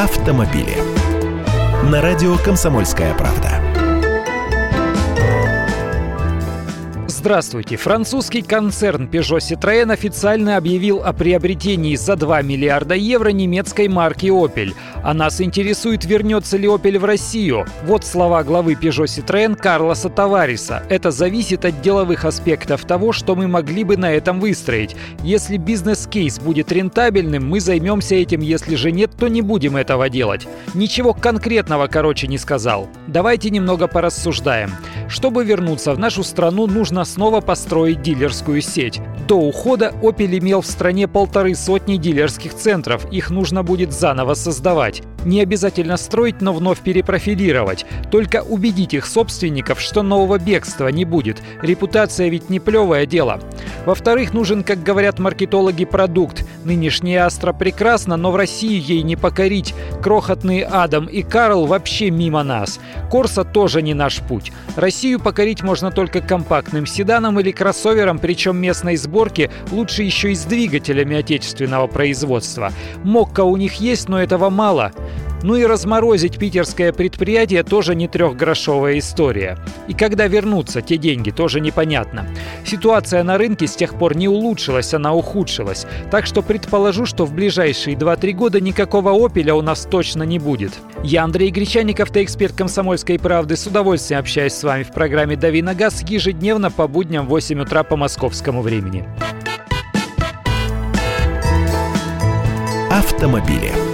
автомобили. На радио «Комсомольская правда». Здравствуйте. Французский концерн Peugeot Citroën официально объявил о приобретении за 2 миллиарда евро немецкой марки Opel. А нас интересует, вернется ли Opel в Россию. Вот слова главы Peugeot Citroën Карлоса Тавареса. Это зависит от деловых аспектов того, что мы могли бы на этом выстроить. Если бизнес-кейс будет рентабельным, мы займемся этим. Если же нет, то не будем этого делать. Ничего конкретного, не сказал. Давайте немного порассуждаем. Чтобы вернуться в нашу страну, нужно снова построить дилерскую сеть. До ухода Opel имел в стране 150 дилерских центров. Их нужно будет заново создавать. Не обязательно строить, но вновь перепрофилировать. Только убедить их собственников, что нового бегства не будет. Репутация ведь не плевое дело. Во-вторых, нужен, как говорят маркетологи, продукт. Нынешняя Астра прекрасна, но в России ей не покорить. Крохотные Адам и Карл вообще мимо нас. Корса тоже не наш путь. Россию покорить можно только компактным седаном или кроссовером, причем местной сборки, лучше еще и с двигателями отечественного производства. Мокка у них есть, но этого мало. Ну и разморозить питерское предприятие тоже не трехгрошовая история. И когда вернутся те деньги, тоже непонятно. Ситуация на рынке с тех пор не улучшилась, она ухудшилась. Так что предположу, что в ближайшие 2-3 года никакого «Опеля» у нас точно не будет. Я Андрей Гречаник, автоэксперт «Комсомольской правды». С удовольствием общаюсь с вами в программе «Дави на газ» ежедневно по будням в 8 утра по московскому времени. Автомобили.